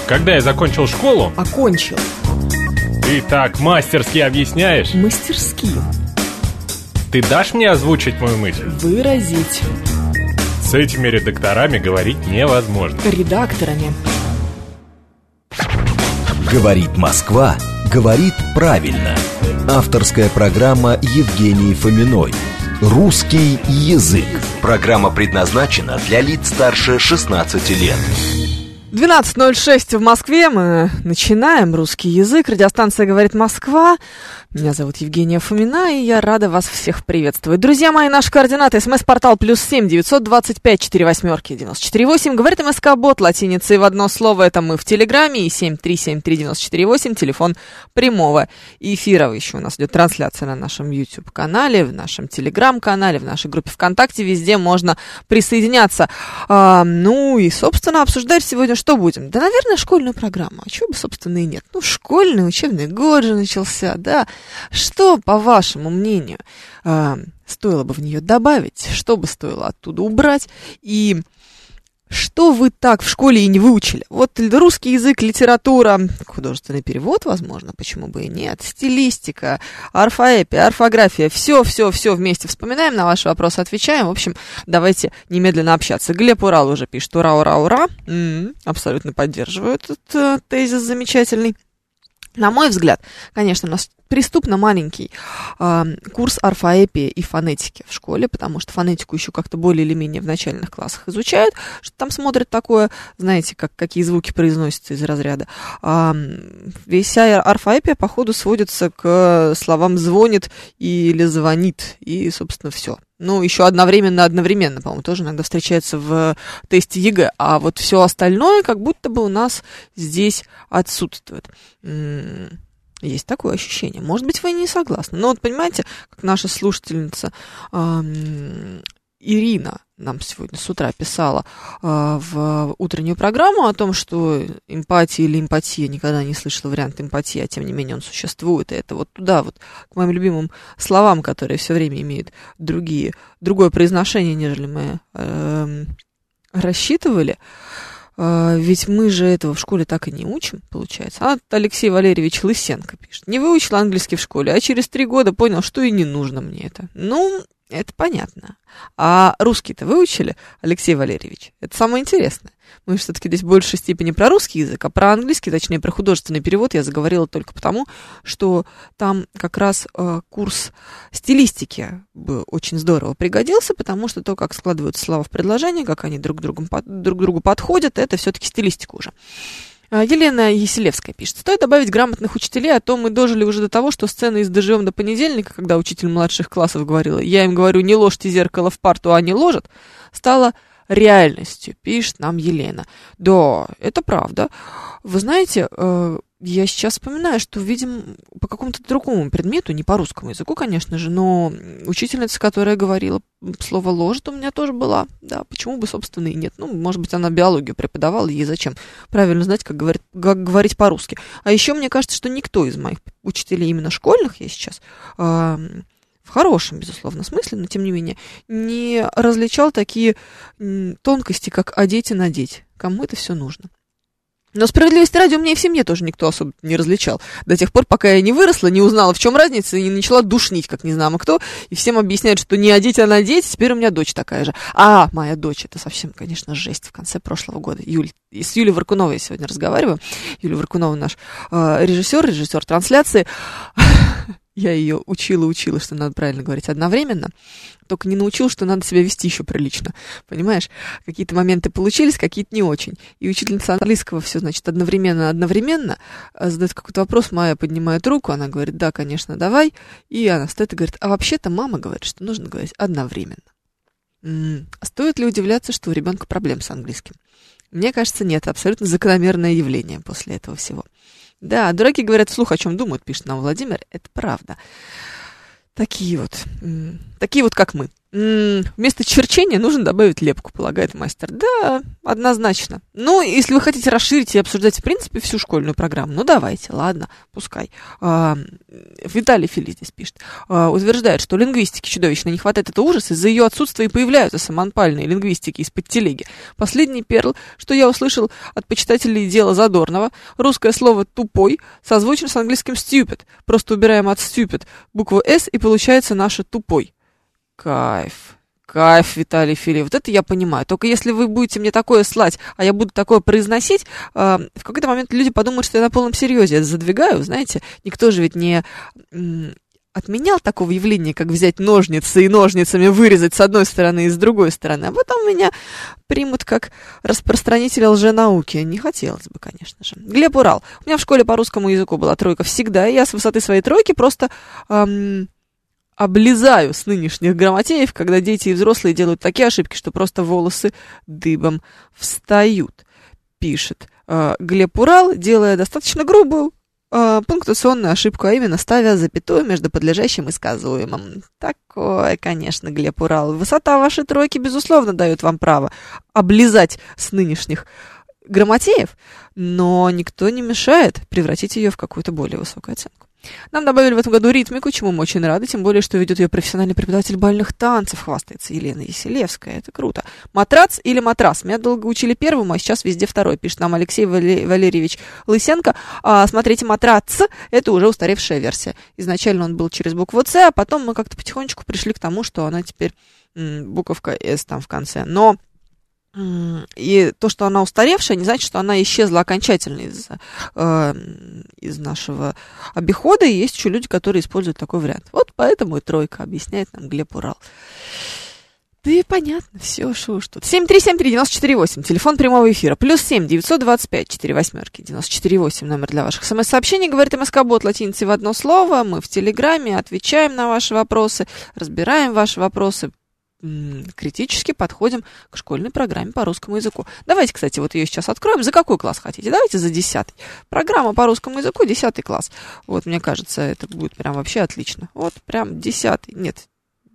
Когда я закончил школу... Окончил. Ты так мастерски объясняешь. Мастерски. Ты дашь мне озвучить мою мысль? Выразить. С этими редакторами говорить невозможно. Редакторами. Говорит Москва, говорит правильно. Авторская программа Евгении Фоминой. Русский язык. Программа предназначена для лиц старше 16 лет. 12:06 в Москве. Мы начинаем русский язык. Радиостанция «Говорит Москва». Меня зовут Евгения Фомина, и я рада вас всех приветствовать. Друзья мои, наши координаты. СМС-портал +7 925 48 94 8. Говорит МСК-бот латиницей в одно слово. Это мы в Телеграме. И 7373948. Телефон прямого эфира. Еще у нас идет трансляция на нашем YouTube-канале, в нашем Телеграм-канале, в нашей группе ВКонтакте. Везде можно присоединяться. Ну и, собственно, обсуждать сегодня что будем? Да, наверное, школьную программу. А чего бы, собственно, и нет. Ну, школьный учебный год же начался, да. Что, по вашему мнению, стоило бы в нее добавить? Что бы стоило оттуда убрать? И что вы так в школе и не выучили? Вот русский язык, литература, художественный перевод, возможно, почему бы и нет, стилистика, орфоэпия, орфография, все вместе вспоминаем, на ваши вопросы отвечаем. В общем, давайте немедленно общаться. Глеб Урал уже пишет: ура, ура, ура. Абсолютно поддерживаю этот тезис замечательный. На мой взгляд, конечно, у нас преступно маленький курс орфоэпии и фонетики в школе, потому что фонетику еще как-то более или менее в начальных классах изучают, что там смотрят такое, знаете, какие звуки произносятся из разряда. Вся орфоэпия, походу, сводится к словам «звонит» или «звонит», и, собственно, все. Ну, еще одновременно, по-моему, тоже иногда встречается в тесте ЕГЭ, а вот все остальное как будто бы у нас здесь отсутствует. Есть такое ощущение. Может быть, вы не согласны. Но вот понимаете, как наша слушательница Ирина нам сегодня с утра писала в утреннюю программу о том, что эмпатия или эмпатия, никогда не слышала вариант эмпатии, а тем не менее он существует. И это вот туда, вот к моим любимым словам, которые все время имеют другое произношение, нежели мы рассчитывали. Ведь мы же этого в школе так и не учим, получается. А Алексей Валерьевич Лысенко пишет: не выучил английский в школе, а через 3 года понял, что и не нужно мне это. Ну, это понятно. А русский-то выучили, Алексей Валерьевич? Это самое интересное. Мы все-таки здесь в большей степени про русский язык, а про английский, точнее, про художественный перевод я заговорила только потому, что там как раз курс стилистики бы очень здорово пригодился, потому что то, как складываются слова в предложении, как они друг к другу подходят, это все-таки стилистика уже. Елена Еселевская пишет: стоит добавить грамотных учителей, а то мы дожили уже до того, что сцена из «Доживем до понедельника», когда учитель младших классов говорила: я им говорю, не ложьте зеркало в парту, а они ложат, стала реальностью, пишет нам Елена. Да, это правда. Вы знаете, я сейчас вспоминаю, что, видимо, по какому-то другому предмету, не по русскому языку, конечно же, но учительница, которая говорила слово «ложит», у меня тоже была. Да, почему бы, собственно, и нет. Ну, может быть, она биологию преподавала, ей зачем правильно знать, как говорить по-русски. А еще мне кажется, что никто из моих учителей именно школьных, я сейчас в хорошем, безусловно, смысле, но, тем не менее, не различал такие тонкости, как одеть и надеть. Кому это все нужно? Но справедливости ради, у меня и в семье тоже никто особо не различал. До тех пор, пока я не выросла, не узнала, в чем разница, и не начала душнить, как незнамо кто, и всем объясняют, что не одеть, а надеть. Теперь у меня дочь такая же. А, моя дочь, это совсем, конечно, жесть в конце прошлого года. С Юлей Варкуновой я сегодня разговариваю. Юлия Варкунова наш режиссер трансляции. Я ее учила, что надо правильно говорить одновременно, только не научила, что надо себя вести еще прилично, понимаешь? Какие-то моменты получились, какие-то не очень. И учительница английского все, значит, одновременно задает какой-то вопрос, Майя поднимает руку, она говорит: да, конечно, давай, и она стоит и говорит: а вообще-то мама говорит, что нужно говорить одновременно. Стоит ли удивляться, что у ребенка проблем с английским? Мне кажется, нет, абсолютно закономерное явление после этого всего. Да, дураки говорят вслух, о чем думают, пишет нам Владимир. Это правда. Такие вот как мы. Вместо черчения нужно добавить лепку, полагает мастер. Да, однозначно. Ну, если вы хотите расширить и обсуждать, в принципе, всю школьную программу, ну, давайте, ладно, пускай. Виталий Фили здесь пишет. Утверждает, что лингвистики чудовищно не хватает, это ужас, из-за ее отсутствия и появляются самонпальные лингвистики из-под телеги. Последний перл, что я услышал от почитателей дела Задорнова, русское слово «тупой» созвучно с английским «stupid». Просто убираем от «stupid» букву «s» и получается наше «тупой». Кайф, Виталий Филипп, вот это я понимаю. Только если вы будете мне такое слать, а я буду такое произносить, в какой-то момент люди подумают, что я на полном серьезе это задвигаю, знаете. Никто же ведь не отменял такого явления, как взять ножницы и ножницами вырезать с одной стороны и с другой стороны. А потом меня примут как распространителя лженауки. Не хотелось бы, конечно же. Глеб Урал. У меня в школе по русскому языку была тройка всегда, и я с высоты своей тройки просто... облизаю с нынешних грамотеев, когда дети и взрослые делают такие ошибки, что просто волосы дыбом встают, пишет Глеб Урал, делая достаточно грубую пунктуационную ошибку, а именно ставя запятую между подлежащим и сказуемым. Такое, конечно, Глеб Урал. Высота вашей тройки, безусловно, дает вам право облизать с нынешних грамотеев, но никто не мешает превратить ее в какую-то более высокую оценку. Нам добавили в этом году ритмику, чему мы очень рады, тем более, что ведет ее профессиональный преподаватель бальных танцев, хвастается Елена Еселевская, это круто. Матрац или матрас? Меня долго учили первому, а сейчас везде второй, пишет нам Алексей Валерьевич Лысенко. Смотрите, матрац — это уже устаревшая версия. Изначально он был через букву «Ц», а потом мы как-то потихонечку пришли к тому, что она теперь буковка «С» там в конце. Но и то, что она устаревшая, не значит, что она исчезла окончательно из нашего обихода, и есть еще люди, которые используют такой вариант. Вот поэтому и тройка, объясняет нам Глеб Урал. Да и понятно, все, что уж тут. 7373948, телефон прямого эфира, +7 925 48 94 номер для ваших смс-сообщений, говорит МСК-бот латиницей в одно слово. Мы в Телеграме отвечаем на ваши вопросы, разбираем ваши вопросы, критически подходим к школьной программе по русскому языку. Давайте, кстати, вот ее сейчас откроем. За какой класс хотите? Давайте за 10. Программа по русскому языку, 10 класс. Вот, мне кажется, это будет прям вообще отлично. Вот, прям 10. Нет,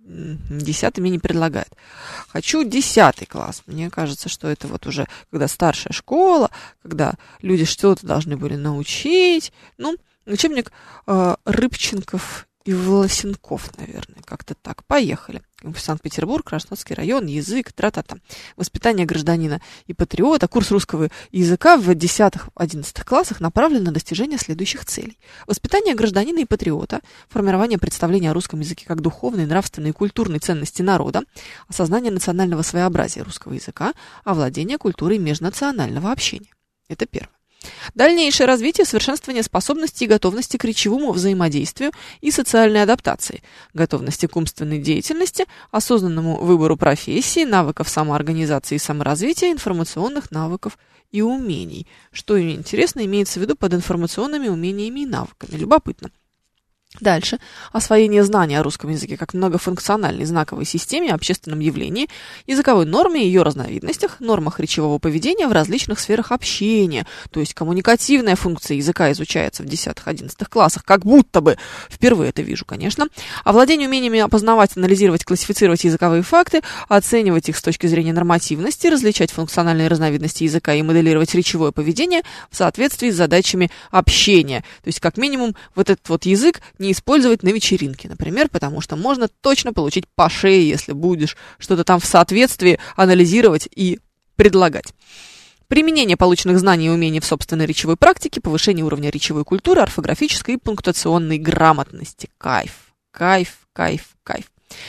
10 мне не предлагает. Хочу 10 класс. Мне кажется, что это вот уже, когда старшая школа, когда люди что-то должны были научить. Ну, учебник Рыбченков и Волосенков, наверное, как-то так. Поехали. Санкт-Петербург, Краснодарский район, язык, тра-та-та. Воспитание гражданина и патриота. Курс русского языка в 10-11 классах направлен на достижение следующих целей. Воспитание гражданина и патриота, формирование представления о русском языке как духовной, нравственной и культурной ценности народа, осознание национального своеобразия русского языка, овладение культурой межнационального общения. Это первое. Дальнейшее развитие, совершенствование способностей и готовности к речевому взаимодействию и социальной адаптации, готовности к умственной деятельности, осознанному выбору профессии, навыков самоорганизации и саморазвития, информационных навыков и умений. Что интересно, имеется в виду под информационными умениями и навыками. Любопытно. Дальше. Освоение знания о русском языке как многофункциональной знаковой системе, общественном явлении, языковой норме и ее разновидностях, нормах речевого поведения в различных сферах общения. То есть коммуникативная функция языка изучается в 10-11 классах, как будто бы. Впервые это вижу, конечно. Овладение умениями опознавать, анализировать, классифицировать языковые факты, оценивать их с точки зрения нормативности, различать функциональные разновидности языка и моделировать речевое поведение в соответствии с задачами общения. То есть, как минимум, вот этот вот язык не использовать на вечеринке, например, потому что можно точно получить по шее, если будешь что-то там в соответствии анализировать и предлагать. Применение полученных знаний и умений в собственной речевой практике, повышение уровня речевой культуры, орфографической и пунктуационной грамотности. Кайф, кайф, кайф, кайф.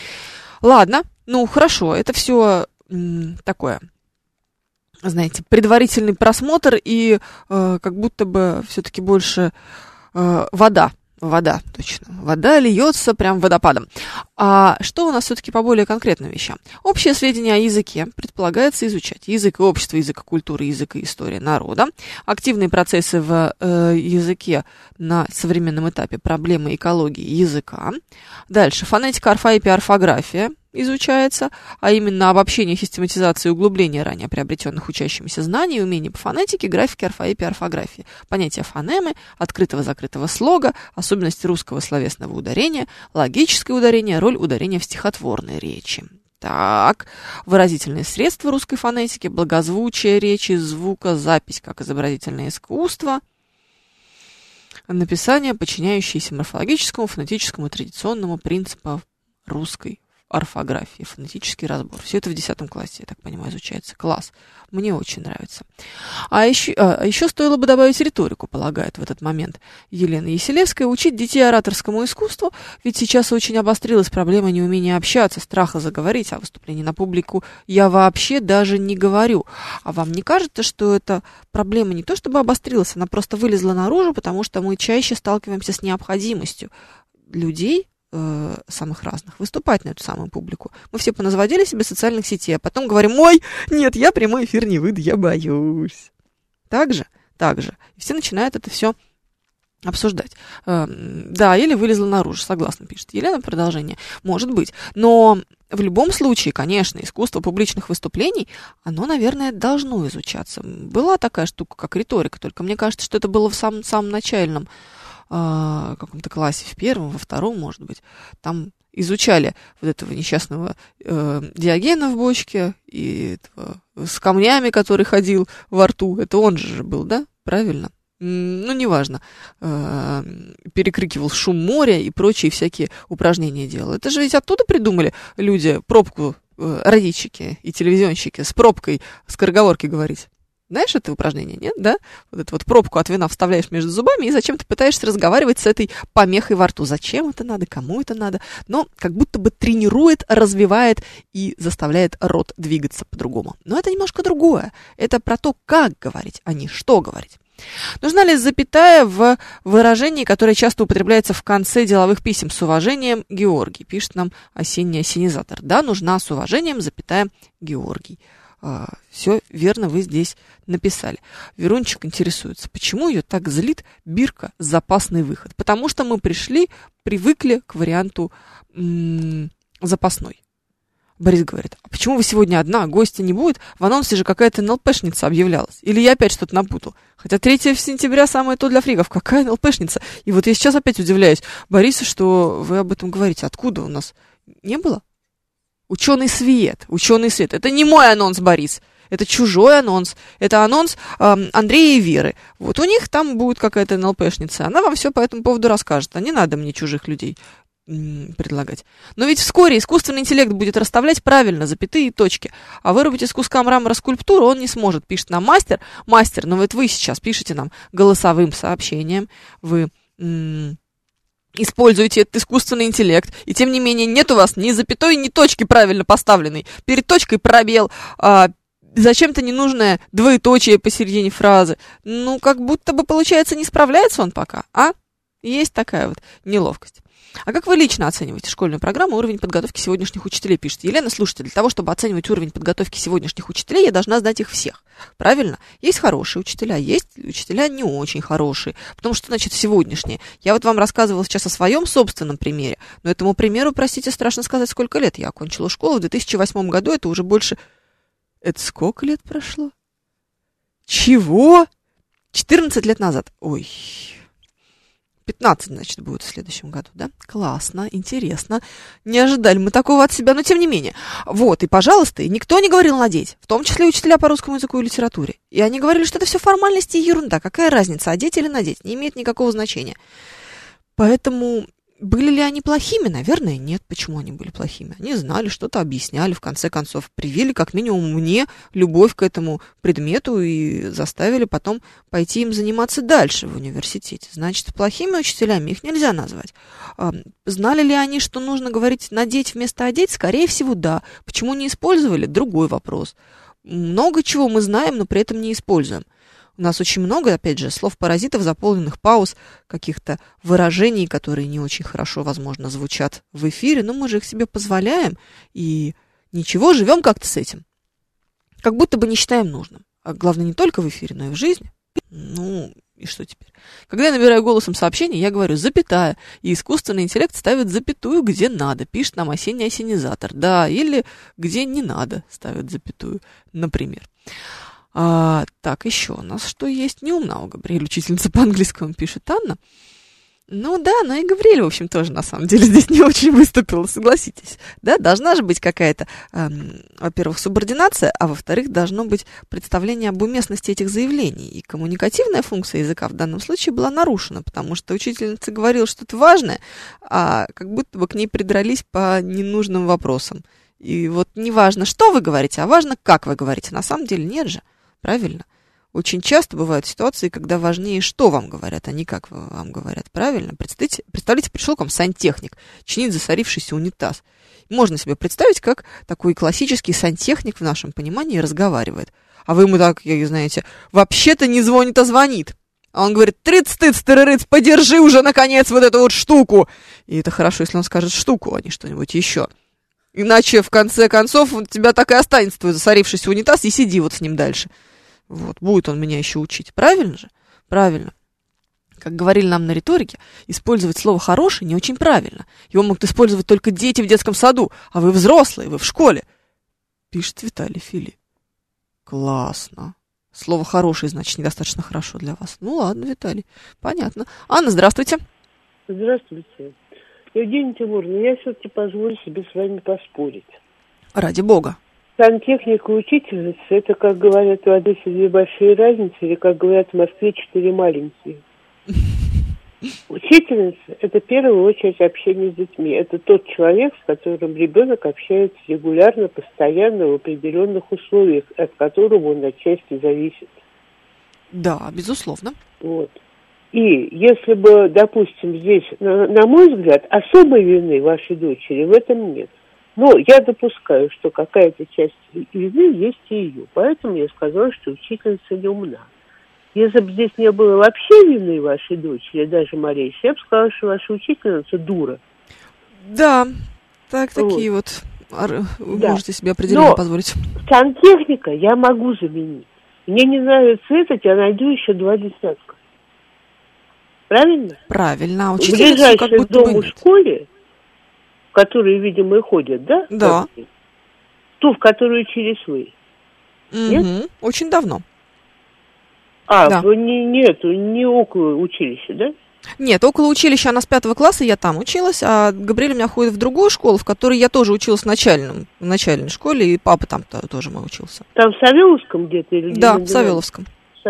Ладно, ну хорошо, это все такое, знаете, предварительный просмотр и как будто бы все-таки больше вода, точно. Вода льется прям водопадом. А что у нас все-таки по более конкретным вещам? Общее сведения о языке предполагается изучать. Язык и общество, язык и культура, язык и история народа. Активные процессы в языке на современном этапе, проблемы экологии языка. Дальше. Фонетика, орфоэпия, орфография изучается, а именно обобщение, систематизация и углубление ранее приобретенных учащимися знаний и умений по фонетике, графике, орфоэпии, орфографии. Понятие фонемы, открытого-закрытого слога, особенности русского словесного ударения, логическое ударение, роль ударения в стихотворной речи. Так, выразительные средства русской фонетики, благозвучие речи, звука, запись как изобразительное искусство, написание, подчиняющееся морфологическому, фонетическому и традиционному принципам русской орфографии, фонетический разбор. Все это в 10 классе, я так понимаю, изучается. Класс. Мне очень нравится. А еще стоило бы добавить риторику, полагает в этот момент Елена Яселевская, учить детей ораторскому искусству, ведь сейчас очень обострилась проблема неумения общаться, страха заговорить, о выступлении на публику я вообще даже не говорю. А вам не кажется, что эта проблема не то чтобы обострилась, она просто вылезла наружу, потому что мы чаще сталкиваемся с необходимостью людей, самых разных, выступать на эту самую публику. Мы все поназводили себе социальных сетей, а потом говорим: ой, нет, я прямой эфир не выйду, я боюсь. Так же. И все начинают это все обсуждать. Да, или вылезла наружу, согласна, пишет Елена, продолжение. Может быть. Но в любом случае, конечно, искусство публичных выступлений, оно, наверное, должно изучаться. Была такая штука, как риторика, только мне кажется, что это было в самом начальном каком-то классе, в 1, во 2, может быть. Там изучали вот этого несчастного Диогена в бочке и этого, с камнями, который ходил во рту. Это он же был, да? Правильно? Ну, неважно. Перекрикивал шум моря и прочие всякие упражнения делал. Это же ведь оттуда придумали люди пробку, радищики и телевизионщики с пробкой скороговорки говорить. Знаешь это упражнение, нет, да? Вот эту вот пробку от вина вставляешь между зубами, и зачем ты пытаешься разговаривать с этой помехой во рту? Зачем это надо, кому это надо? Но как будто бы тренирует, развивает и заставляет рот двигаться по-другому. Но это немножко другое. Это про то, как говорить, а не что говорить. Нужна ли запятая в выражении, которое часто употребляется в конце деловых писем? С уважением, Георгий, пишет нам осенний осенизатор. Да, нужна с уважением, запятая, Георгий. Все верно вы здесь написали. Верунчик интересуется, почему ее так злит бирка «запасный выход». Потому что мы привыкли к варианту запасной. Борис говорит: а почему вы сегодня одна, гостя не будет? В анонсе же какая-то НЛПшница объявлялась. Или я опять что-то напутал? Хотя 3 сентября самое то для фриков. Какая НЛПшница? И вот я сейчас опять удивляюсь, Бориса, что вы об этом говорите. Откуда у нас? Не было? Ученый свет. Это не мой анонс, Борис. Это чужой анонс. Это анонс Андрея и Веры. Вот у них там будет какая-то НЛПшница. Она вам все по этому поводу расскажет. А не надо мне чужих людей предлагать. Но ведь вскоре искусственный интеллект будет расставлять правильно запятые и точки. А вырубить из куска мрамора скульптуру он не сможет. Пишет нам мастер. Мастер, но вот вы сейчас пишете нам голосовым сообщением. Вы используете этот искусственный интеллект, и тем не менее нет у вас ни запятой, ни точки правильно поставленной. Перед точкой пробел, зачем-то ненужное двоеточие посередине фразы. Ну, как будто бы, получается, не справляется он пока, а? Есть такая вот неловкость. А как вы лично оцениваете школьную программу, уровень подготовки сегодняшних учителей, пишет Елена. Слушайте, для того, чтобы оценивать уровень подготовки сегодняшних учителей, я должна знать их всех. Правильно? Есть хорошие учителя, есть учителя не очень хорошие. Потому что, значит, сегодняшние. Я вот вам рассказывала сейчас о своем собственном примере, но этому примеру, простите, страшно сказать, сколько лет. Я окончила школу в 2008 году, это уже больше... Это сколько лет прошло? Чего? 14 лет назад. Ой... 15, значит, будет в следующем году, да? Классно, интересно. Не ожидали мы такого от себя, но тем не менее. Вот, и, пожалуйста, и никто не говорил надеть, в том числе учителя по русскому языку и литературе. И они говорили, что это все формальности и ерунда. Какая разница, одеть или надеть? Не имеет никакого значения. Поэтому были ли они плохими? Наверное, нет. Почему они были плохими? Они знали, что-то объясняли, в конце концов. Привили, как минимум, мне любовь к этому предмету и заставили потом пойти им заниматься дальше в университете. Значит, плохими учителями их нельзя назвать. Знали ли они, что нужно говорить «надеть» вместо «одеть»? Скорее всего, да. Почему не использовали? Другой вопрос. Много чего мы знаем, но при этом не используем. У нас очень много, опять же, слов-паразитов, заполненных пауз, каких-то выражений, которые не очень хорошо, возможно, звучат в эфире, но мы же их себе позволяем, и ничего, живем как-то с этим. Как будто бы не считаем нужным. А главное, не только в эфире, но и в жизни. Ну, и что теперь? Когда я набираю голосом сообщение, я говорю «запятая», и искусственный интеллект ставит запятую где надо, пишет нам осенний осенизатор. Да, или где не надо ставит запятую, например. Так, еще у нас что есть? Не умна у Габриэль, учительница по английскому, пишет Анна. Ну да, но и Гавриэль, в общем, тоже, на самом деле, здесь не очень выступила, согласитесь. Да, должна же быть какая-то, во-первых, субординация, а во-вторых, должно быть представление об уместности этих заявлений. И коммуникативная функция языка в данном случае была нарушена, потому что учительница говорила что-то важное, а как будто бы к ней придрались по ненужным вопросам. И вот не важно, что вы говорите, а важно, как вы говорите. На самом деле нет же, правильно? Очень часто бывают ситуации, когда важнее, что вам говорят, а не как вам говорят. Правильно? Представляете, пришел к вам сантехник, чинит засорившийся унитаз. Можно себе представить, как такой классический сантехник в нашем понимании разговаривает. А вы ему так, знаете, вообще-то не звонит, а звонит. А он говорит: «Трыц-тыц, тырырыц, подержи уже, наконец, вот эту вот штуку». И это хорошо, если он скажет штуку, а не что-нибудь еще. Иначе, в конце концов, у тебя так и останется твой засорившийся унитаз, и сиди вот с ним дальше. Вот, будет он меня еще учить. Правильно же? Правильно. Как говорили нам на риторике, использовать слово «хороший» не очень правильно. Его могут использовать только дети в детском саду, а вы взрослые, вы в школе. Пишет Виталий Фили. Классно. Слово «хороший», значит, недостаточно хорошо для вас. Ну ладно, Виталий, понятно. Анна, здравствуйте. Здравствуйте. Евгения Тимуровна, я все-таки позволю себе с вами поспорить. Ради бога. Сантехника и учительница, это, как говорят в Одессе, 2 большие разницы, или, как говорят в Москве, 4 маленькие. Учительница – это в первую очередь общение с детьми. Это тот человек, с которым ребенок общается регулярно, постоянно, в определенных условиях, от которого он отчасти зависит. Да, безусловно. Вот. И если бы, допустим, здесь, на мой взгляд, особой вины вашей дочери в этом нет. Но я допускаю, что какая-то часть вины есть и ее. Поэтому я сказала, что учительница не умна. Если бы здесь не было вообще вины вашей дочери, даже малейшей, я бы сказала, что ваша учительница дура. Да, такие вот да. Можете себе определенно позволить. Сантехника я могу заменить. Мне не нравится этот, я найду еще 2 десятка. Правильно? Правильно. В ближайшей к дому школе, в которой, видимо, и ходят, да? Да. Ту, в которую учились вы. Нет? Очень давно. Да. Не около училища, да? Нет, около училища она с 5 класса, я там училась, а Габриэль у меня ходит в другую школу, в которой я тоже училась в начальной школе, и папа там тоже мой учился. Там в Савеловском где-то? Или да, в Савеловском.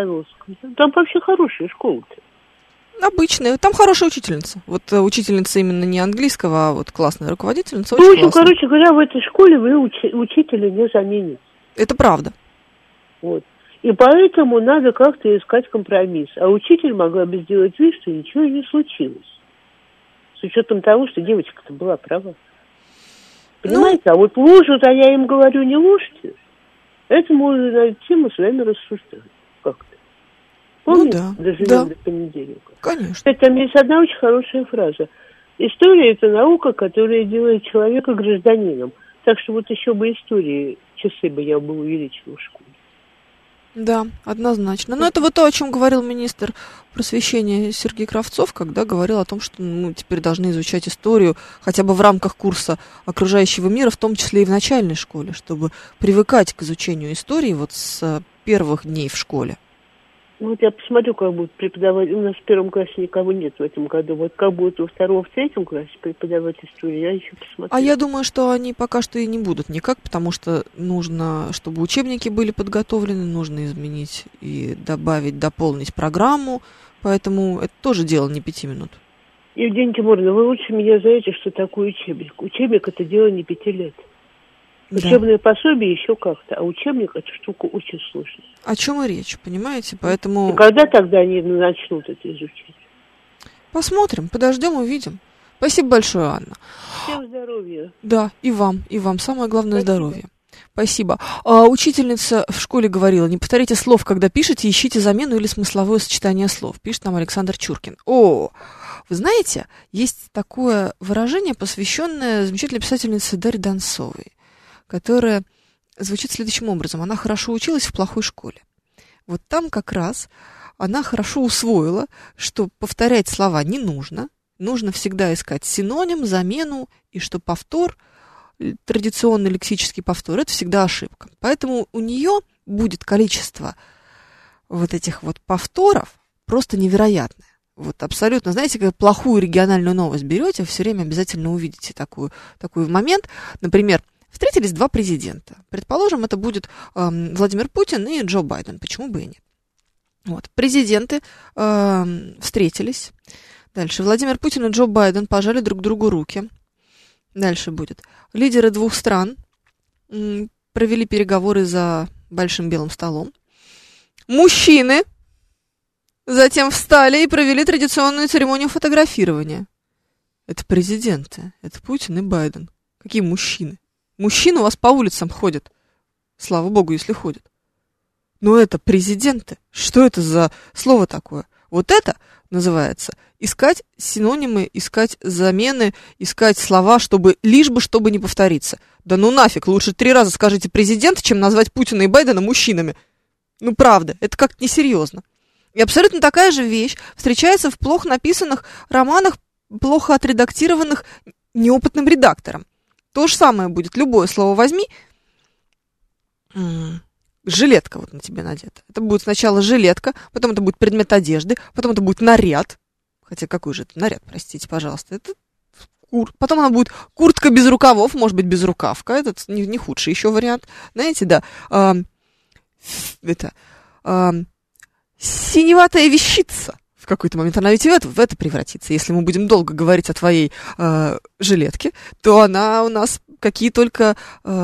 Там вообще хорошая школа-то. Обычная. Там хорошая учительница. Вот учительница именно не английского, а вот классная руководительница. Ну, в общем, короче говоря, в этой школе вы учителя не замените. Это правда. Вот. И поэтому надо как-то искать компромисс. А учитель могла бы сделать вид, что ничего и не случилось. С учетом того, что девочка-то была права. Понимаете? А вот ложат, а я им говорю, не ложьте. Это можно на эту тему с вами рассуждать. Как-то. Помните? Доживем до понедельника. Конечно. Кстати, там есть одна очень хорошая фраза. История – это наука, которая делает человека гражданином. Так что вот еще бы истории, часы бы я бы увеличила в школе. Да, однозначно. Но это вот то, о чем говорил министр просвещения Сергей Кравцов, когда говорил о том, что теперь должны изучать историю хотя бы в рамках курса окружающего мира, в том числе и в начальной школе, чтобы привыкать к изучению истории вот с первых дней в школе. Вот я посмотрю, как будут преподавать. У нас в 1 классе никого нет в этом году. Вот как будут во 2, в 3 классе преподавать историю, я еще посмотрю. А я думаю, что они пока что и не будут никак, потому что нужно, чтобы учебники были подготовлены, нужно изменить и добавить, дополнить программу. Поэтому это тоже дело не 5 минут. Евгения Тимуровна, вы лучше меня знаете, что такое учебник. Учебник – это дело не 5 лет. Да. Учебное пособие еще как-то, а учебник – это штука очень сложная. О чем и речь, понимаете? Поэтому... И когда тогда они начнут это изучать? Посмотрим, подождем, увидим. Спасибо большое, Анна. Всем здоровья. Да, и вам. Самое главное – здоровье. Спасибо. Учительница в школе говорила: не повторяйте слов, когда пишете, ищите замену или смысловое сочетание слов. Пишет нам Александр Чуркин. Вы знаете, есть такое выражение, посвященное замечательной писательнице Дарье Донцовой, которая звучит следующим образом. Она хорошо училась в плохой школе. Вот там как раз она хорошо усвоила, что повторять слова не нужно. Нужно всегда искать синоним, замену, и что повтор, традиционный лексический повтор, это всегда ошибка. Поэтому у нее будет количество вот этих вот повторов просто невероятное. Вот абсолютно. Знаете, как плохую региональную новость берете, все время обязательно увидите такой момент. Например, встретились два президента. Предположим, это будет Владимир Путин и Джо Байден. Почему бы и нет? Вот. Президенты встретились. Дальше. Владимир Путин и Джо Байден пожали друг другу руки. Дальше будет. Лидеры двух стран провели переговоры за большим белым столом. Мужчины затем встали и провели традиционную церемонию фотографирования. Это президенты. Это Путин и Байден. Какие мужчины? Мужчины у вас по улицам ходят. Слава богу, если ходят. Но это президенты. Что это за слово такое? Вот это называется искать синонимы, искать замены, искать слова, лишь бы не повториться. Да ну нафиг, лучше 3 раза скажите президент, чем назвать Путина и Байдена мужчинами. Ну правда, это как-то несерьезно. И абсолютно такая же вещь встречается в плохо написанных романах, плохо отредактированных неопытным редактором. То же самое будет. Любое слово возьми. Жилетка вот на тебе надета. Это будет сначала жилетка, потом это будет предмет одежды, потом это будет наряд. Хотя какой же это наряд, простите, пожалуйста. Это потом она будет куртка без рукавов, может быть, безрукавка. Это не худший еще вариант. Знаете, да. Синеватая вещица. В какой-то момент она ведь в это превратится. Если мы будем долго говорить о твоей жилетке, то она у нас какие только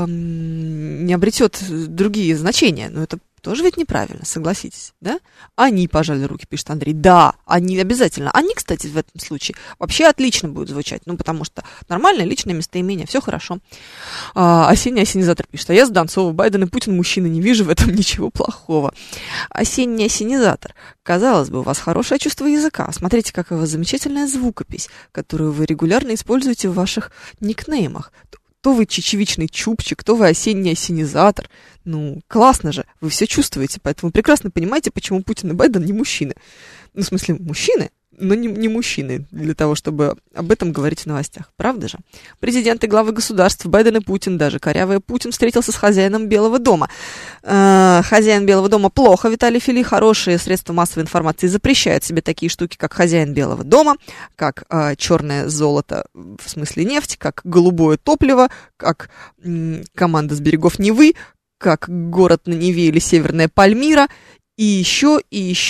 не обретет другие значения. Но это тоже ведь неправильно, согласитесь, да? Они пожали руки, пишет Андрей. Да, они обязательно. Они, кстати, в этом случае вообще отлично будут звучать. Ну, потому что нормальное личное местоимение, все хорошо. Осенний осенизатор пишет. А я с Донцова, Байден и Путин мужчины, не вижу в этом ничего плохого. Осенний осенизатор. Казалось бы, у вас хорошее чувство языка. Смотрите, какая у вас замечательная звукопись, которую вы регулярно используете в ваших никнеймах. То вы чечевичный чубчик, то вы осенний осенизатор. Ну, классно же, вы все чувствуете, поэтому прекрасно понимаете, почему Путин и Байден не мужчины. Ну, в смысле, мужчины, но не мужчины для того, чтобы об этом говорить в новостях. Правда же? Президенты, главы государств, Байден и Путин, даже корявый Путин встретился с хозяином Белого дома. Хозяин Белого дома плохо, Виталий Фили. Хорошие средства массовой информации запрещают себе такие штуки, как хозяин Белого дома, как черное золото, в смысле нефть, как голубое топливо, как команда с берегов Невы, как город на Неве или Северная Пальмира, и еще.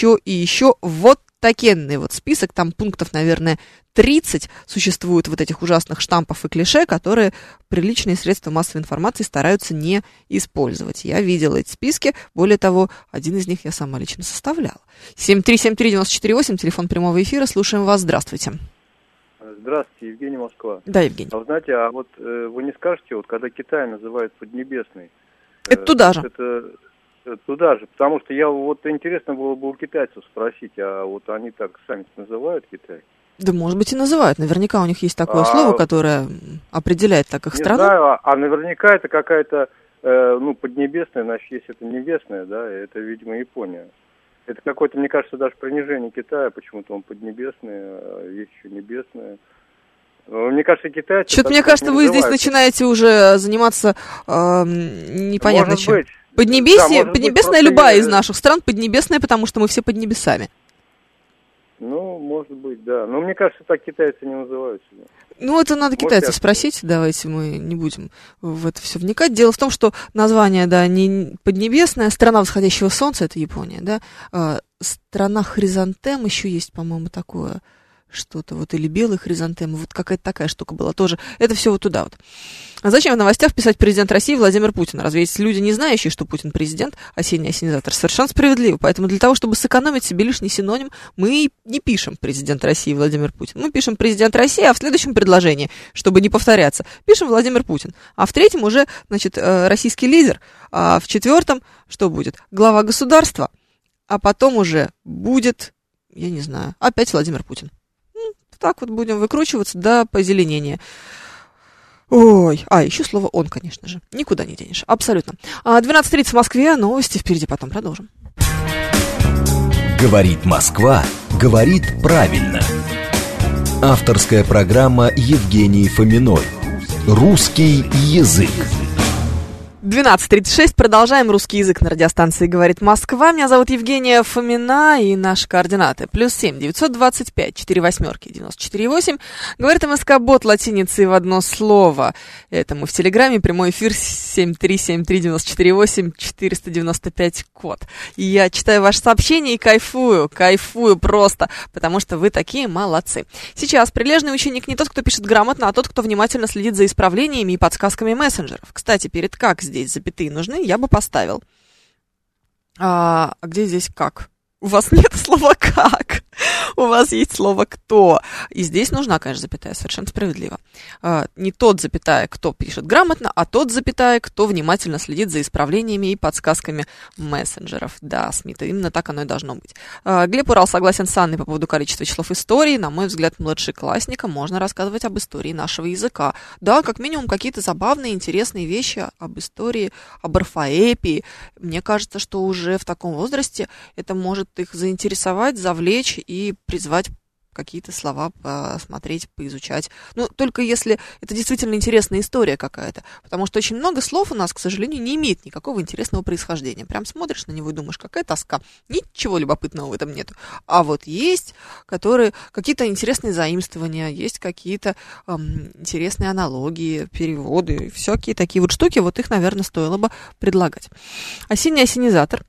Вот такенный вот список, там пунктов, наверное, 30 существует вот этих ужасных штампов и клише, которые приличные средства массовой информации стараются не использовать. Я видела эти списки, более того, один из них я сама лично составляла. 7373948, телефон прямого эфира, слушаем вас, здравствуйте. Здравствуйте, Евгений, Москва. Да, Евгений. А вы знаете, вы не скажете, когда Китай называют Поднебесной? Это туда же. Туда же, потому что интересно было бы у китайцев спросить, а вот они так сами называют Китай? Да, может быть, и называют. Наверняка у них есть такое слово, которое определяет так их страну. Не знаю, наверняка это какая-то, Поднебесная, значит, если это небесная, да, это, видимо, Япония. Это какое-то, мне кажется, даже принижение Китая, почему-то он Поднебесный, а есть еще небесная. Мне кажется, китайцы... Что-то, мне кажется, вы здесь начинаете уже заниматься непонятно чем. Может быть. Поднебесная любая из наших стран, поднебесная, потому что мы все под небесами. Ну, может быть, да. Но мне кажется, так китайцы не называют себя. Ну, это надо китайцев спросить, давайте мы не будем в это все вникать. Дело в том, что название, да, не поднебесная, страна восходящего солнца, это Япония, да, страна хризантем еще есть, по-моему, такое что-то, вот, или белый хризантем, вот какая-то такая штука была тоже. Это все вот туда вот. А зачем в новостях писать президент России Владимир Путин? Разве есть люди, не знающие, что Путин президент, осенний осенизатор? Совершенно справедливо. Поэтому для того, чтобы сэкономить себе лишний синоним, мы не пишем президент России Владимир Путин. Мы пишем президент России, а в следующем предложении, чтобы не повторяться, пишем Владимир Путин. А в третьем уже, значит, российский лидер. А в четвертом что будет? Глава государства. А потом уже будет, я не знаю, опять Владимир Путин. Так вот будем выкручиваться до позеленения. Ой, еще слово «он», конечно же. Никуда не денешь, абсолютно. 12:30 в Москве, новости впереди, потом продолжим. Говорит Москва, говорит правильно. Авторская программа Евгении Фоминой. «Русский язык». 12:36. Продолжаем русский язык на радиостанции «Говорит Москва». Меня зовут Евгения Фомина, и наши координаты. +7 925 48 94 8. Говорит МСК-бот латиницей в одно слово. Это мы в Телеграме. Прямой эфир 7373948 495 код. И я читаю ваши сообщения и кайфую просто, потому что вы такие молодцы. Сейчас прилежный ученик не тот, кто пишет грамотно, а тот, кто внимательно следит за исправлениями и подсказками мессенджеров. Кстати, перед «как» здесь запятые нужны, я бы поставил. А где здесь «как»? У вас нет слова «как», у вас есть слово «кто». И здесь нужна, конечно, запятая, совершенно справедливо. Не тот, запятая, кто пишет грамотно, а тот, запятая, кто внимательно следит за исправлениями и подсказками мессенджеров. Да, Смита, именно так оно и должно быть. Глеб Урал согласен с Анной по поводу количества числов истории. На мой взгляд, младшеклассника можно рассказывать об истории нашего языка. Да, как минимум какие-то забавные, интересные вещи об истории, об орфоэпии. Мне кажется, что уже в таком возрасте это может их заинтересовать, завлечь и призвать какие-то слова посмотреть, поизучать. Ну, только если это действительно интересная история какая-то. Потому что очень много слов у нас, к сожалению, не имеет никакого интересного происхождения. Прям смотришь на него и думаешь, какая тоска. Ничего любопытного в этом нету. А вот есть, которые какие-то интересные заимствования, есть какие-то интересные аналогии, переводы, всякие такие вот штуки. Вот их, наверное, стоило бы предлагать. Осенний осенизатор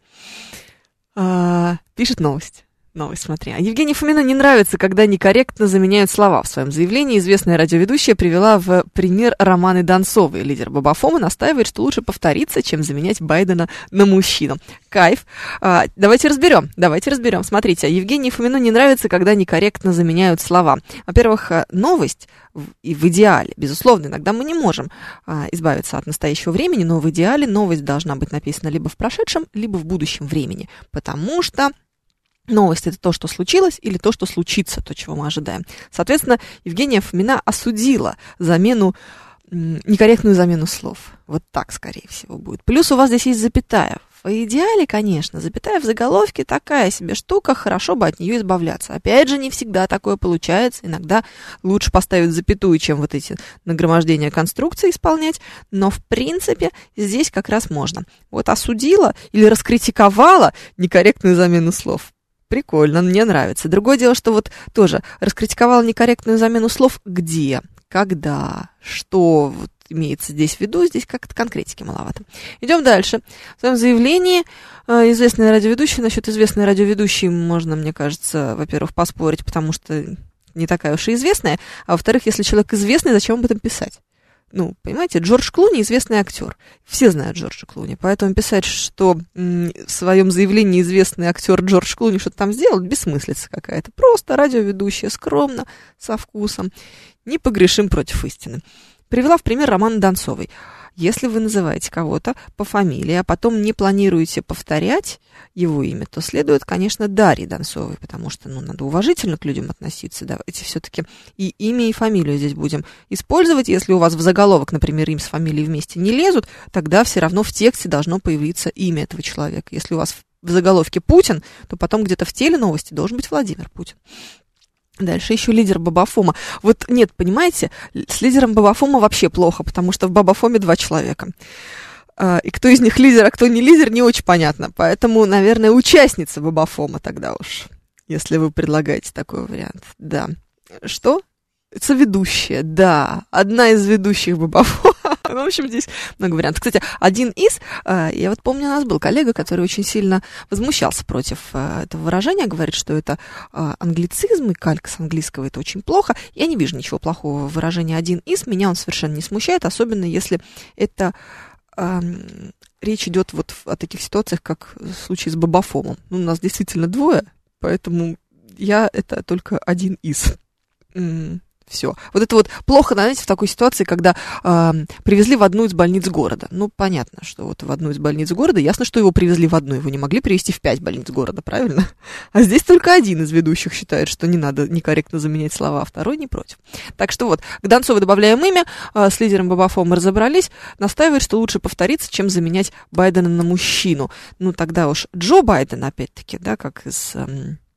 пишет новость. Новость, смотри. А Евгении Фомина не нравится, когда некорректно заменяют слова. В своем заявлении известная радиоведущая привела в пример Романы Донцовой. Лидер Бабафома настаивает, что лучше повториться, чем заменять Байдена на мужчину. Кайф. Давайте разберем. Смотрите, Евгении Фомину не нравится, когда некорректно заменяют слова. Во-первых, новость и в идеале, безусловно, иногда мы не можем избавиться от настоящего времени, но в идеале новость должна быть написана либо в прошедшем, либо в будущем времени, потому что новость – это то, что случилось, или то, что случится, то, чего мы ожидаем. Соответственно, Евгения Фомина осудила некорректную замену слов. Вот так, скорее всего, будет. Плюс у вас здесь есть запятая. В идеале, конечно, запятая в заголовке такая себе штука, хорошо бы от нее избавляться. Опять же, не всегда такое получается. Иногда лучше поставить запятую, чем вот эти нагромождения конструкций исполнять. Но, в принципе, здесь как раз можно. Вот осудила или раскритиковала некорректную замену слов. Прикольно, мне нравится. Другое дело, что вот тоже раскритиковала некорректную замену слов где, когда, что вот имеется здесь в виду, здесь как-то конкретики маловато. Идем дальше. В своем заявлении известная радиоведущая, насчет известной радиоведущей можно, мне кажется, во-первых, поспорить, потому что не такая уж и известная, а во-вторых, если человек известный, зачем об этом писать? Ну, понимаете, Джордж Клуни известный актер. Все знают Джорджа Клуни. Поэтому писать, что в своем заявлении известный актер Джордж Клуни что-то там сделал, бессмыслица какая-то. Просто радиоведущая, скромно, со вкусом, не погрешим против истины. Привела в пример Романа Донцовой. Если вы называете кого-то по фамилии, а потом не планируете повторять его имя, то следует, конечно, Дарье Донцовой, потому что, надо уважительно к людям относиться. Давайте все-таки и имя, и фамилию здесь будем использовать. Если у вас в заголовок, например, имя с фамилией вместе не лезут, тогда все равно в тексте должно появиться имя этого человека. Если у вас в заголовке Путин, то потом где-то в теле новости должен быть Владимир Путин. Дальше еще лидер Бабафома. Вот нет, понимаете, с лидером Бабафома вообще плохо, потому что в Бабафоме 2 человека. И кто из них лидер, а кто не лидер, не очень понятно. Поэтому, наверное, участница Бабафома тогда уж, если вы предлагаете такой вариант. Да. Что? Соведущая, да. Одна из ведущих Бабафома. В общем, здесь много вариантов. Кстати, один из, я вот помню, у нас был коллега, который очень сильно возмущался против этого выражения, говорит, что это англицизм и калька с английского, это очень плохо. Я не вижу ничего плохого в выражении «один из», меня он совершенно не смущает, особенно если это речь идет вот о таких ситуациях, как в случае с Бабафомом. У нас действительно 2, поэтому это только один из. Все. Вот это вот плохо, знаете, в такой ситуации, когда привезли в одну из больниц города. Ну, понятно, что вот в одну из больниц города, ясно, что его привезли в одну, его не могли привезти в 5 больниц города, правильно? А здесь только один из ведущих считает, что не надо некорректно заменять слова, а второй не против. Так что вот, к Донцовой добавляем имя, с лидером Бабафома разобрались, настаивает, что лучше повториться, чем заменять Байдена на мужчину. Ну, тогда уж Джо Байден, опять-таки, да, как из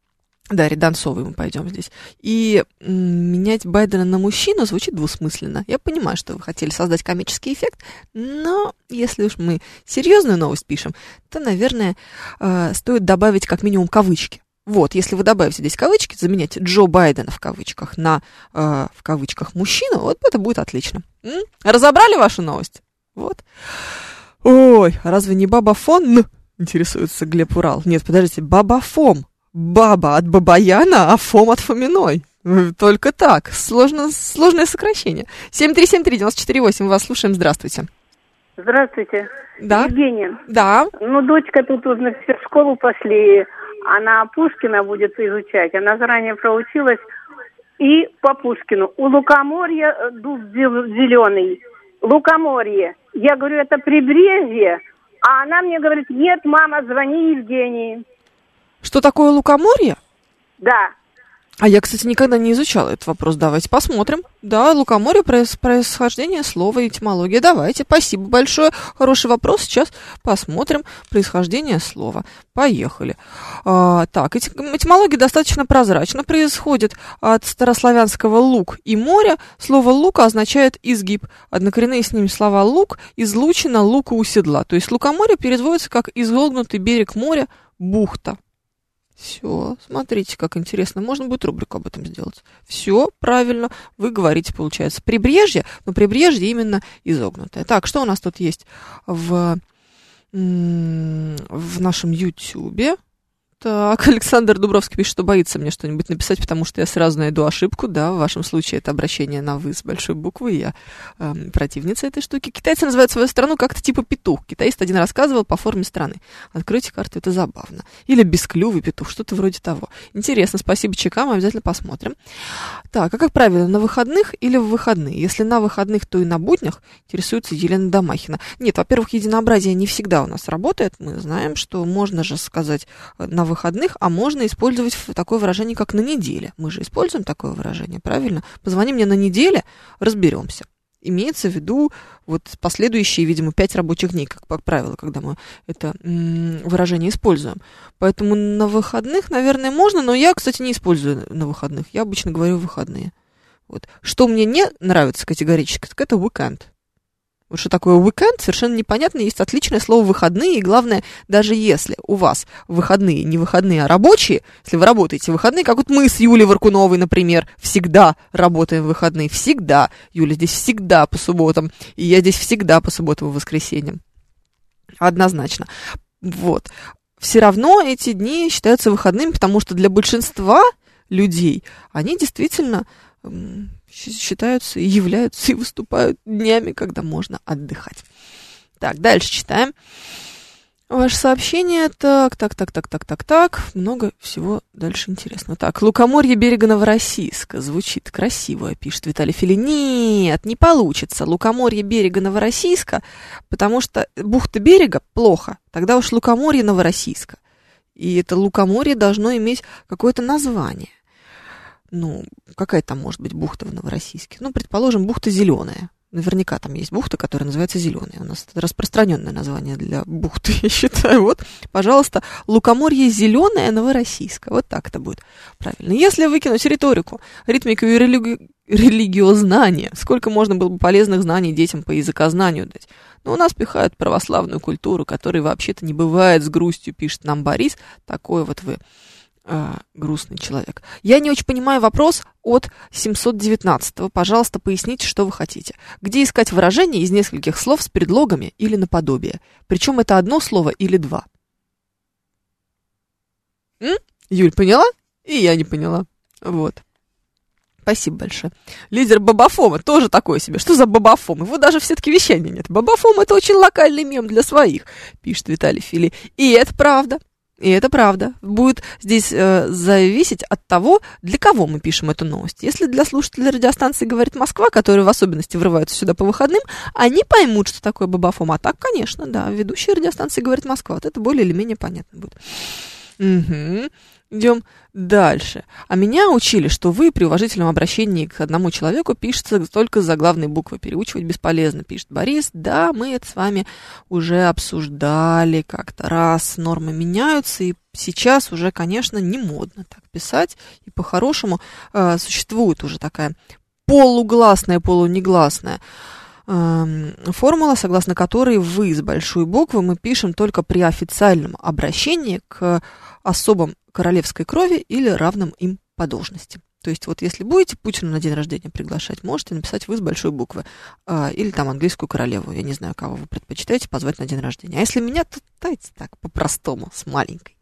Дарья Донцовой мы пойдем здесь. И менять Байдена на мужчину звучит двусмысленно. Я понимаю, что вы хотели создать комический эффект, но если уж мы серьезную новость пишем, то, наверное, стоит добавить как минимум кавычки. Вот, если вы добавите здесь кавычки, заменять Джо Байдена в кавычках на, в кавычках, мужчину, вот это будет отлично. Разобрали вашу новость? Вот. Ой, разве не Бабафон? Интересуется Глеб Урал. Нет, подождите, Бабафом. Баба от Бабаяна, а Фом от Фоминой. Только так. Сложное сокращение. 7373948, вас слушаем, здравствуйте. Здравствуйте. Да. Евгения. Да. Ну, дочка тут уже в школу пошли, она Пушкина будет изучать. Она заранее проучилась. И по Пушкину. У лукоморья дуб зеленый. Лукоморье. Я говорю, это прибрежье. А она мне говорит, нет, мама, звони Евгении. Что такое лукоморье? Да. А я, кстати, никогда не изучала этот вопрос. Давайте посмотрим. Да, лукоморье, происхождение слова, этимология. Давайте, спасибо большое. Хороший вопрос. Сейчас посмотрим происхождение слова. Поехали. Так, этимология достаточно прозрачно происходит от старославянского лук и море. Слово лука означает изгиб. Однокоренные с ним слова лук, излучина, лука у седла. То есть лукоморье переводится как изогнутый берег моря, бухта. Все, смотрите, как интересно. Можно будет рубрику об этом сделать. Все правильно, вы говорите, получается. Прибрежье, но прибрежье именно изогнутое. Так, что у нас тут есть в нашем Ютьюбе? Так, Александр Дубровский пишет, что боится мне что-нибудь написать, потому что я сразу найду ошибку. Да, в вашем случае это обращение на «вы» с большой буквы. Я противница этой штуки. Китайцы называют свою страну как-то типа петух. Китаист один рассказывал по форме страны. Откройте карту, это забавно. Или бесклювый петух, что-то вроде того. Интересно, спасибо ЧК, мы обязательно посмотрим. Так, а как правильно, на выходных или в выходные? Если на выходных, то и на буднях, интересуется Елена Домахина. Нет, во-первых, единообразие не всегда у нас работает. Мы знаем, что можно же сказать на выходных, а можно использовать такое выражение, как на неделе. Мы же используем такое выражение, правильно? Позвони мне на неделе, разберемся. Имеется в виду вот последующие, видимо, 5 рабочих дней, как правило, когда мы это выражение используем. Поэтому на выходных, наверное, можно, но я, кстати, не использую на выходных. Я обычно говорю выходные. Вот. Что мне не нравится категорически, так это weekend. Вот что такое уикенд, совершенно непонятно. Есть отличное слово «выходные», и главное, даже если у вас выходные не выходные, а рабочие, если вы работаете в выходные, как вот мы с Юлей Варкуновой, например, всегда работаем в выходные, всегда. Юля здесь всегда по субботам, и я здесь всегда по субботам и воскресеньям. Однозначно. Вот. Все равно эти дни считаются выходными, потому что для большинства людей они действительно считаются и являются и выступают днями, когда можно отдыхать. Так, дальше читаем. Ваше сообщение. Так. Много всего дальше интересного. Так, лукоморье берега Новороссийска. Звучит красиво, пишет Виталий Фили. Нет, не получится. Лукоморье берега Новороссийска, потому что бухта берега плохо. Тогда уж лукоморье Новороссийска. И это лукоморье должно иметь какое-то название. Ну, какая там может быть бухта в Новороссийске? Ну, предположим, бухта Зеленая. Наверняка там есть бухта, которая называется Зеленая. У нас это распространенное название для бухты, я считаю. Вот, пожалуйста, лукоморье Зеленое Новороссийска. Вот так это будет правильно. Если выкинуть риторику, ритмику и религиознание, сколько можно было бы полезных знаний детям по языкознанию дать? Но у нас пихают православную культуру, которой вообще-то не бывает, с грустью пишет нам Борис. Такой вот вы грустный человек. Я не очень понимаю вопрос от 719-го. Пожалуйста, поясните, что вы хотите. Где искать выражение из нескольких слов с предлогами или наподобие? Причем это одно слово или два? Юль, поняла? И я не поняла. Вот. Спасибо большое. Лидер Бабафома тоже такой себе. Что за Бабафом? Его даже в сетке вещания нет. Бабафом — это очень локальный мем для своих, пишет Виталий Фили. И это правда. И это правда. Будет здесь зависеть от того, для кого мы пишем эту новость. Если для слушателей радиостанции «Говорит Москва», которые в особенности врываются сюда по выходным, они поймут, что такое Бабафом. А так, конечно, да, ведущие радиостанции «Говорит Москва». Вот это более или менее понятно будет. Угу. Идем дальше. А меня учили, что вы при уважительном обращении к одному человеку пишется только с заглавной буквы. Переучивать бесполезно, пишет Борис. Да, мы это с вами уже обсуждали как-то раз. Нормы меняются, и сейчас уже, конечно, не модно так писать. И по-хорошему существует уже такая полугласная, полунегласная формула, согласно которой вы с большой буквы мы пишем только при официальном обращении к особам королевской крови или равным им по должности. То есть вот если будете Путина на день рождения приглашать, можете написать вы с большой буквы. Или там английскую королеву. Я не знаю, кого вы предпочитаете позвать на день рождения. А если меня, то дайте так, по-простому, с маленькой.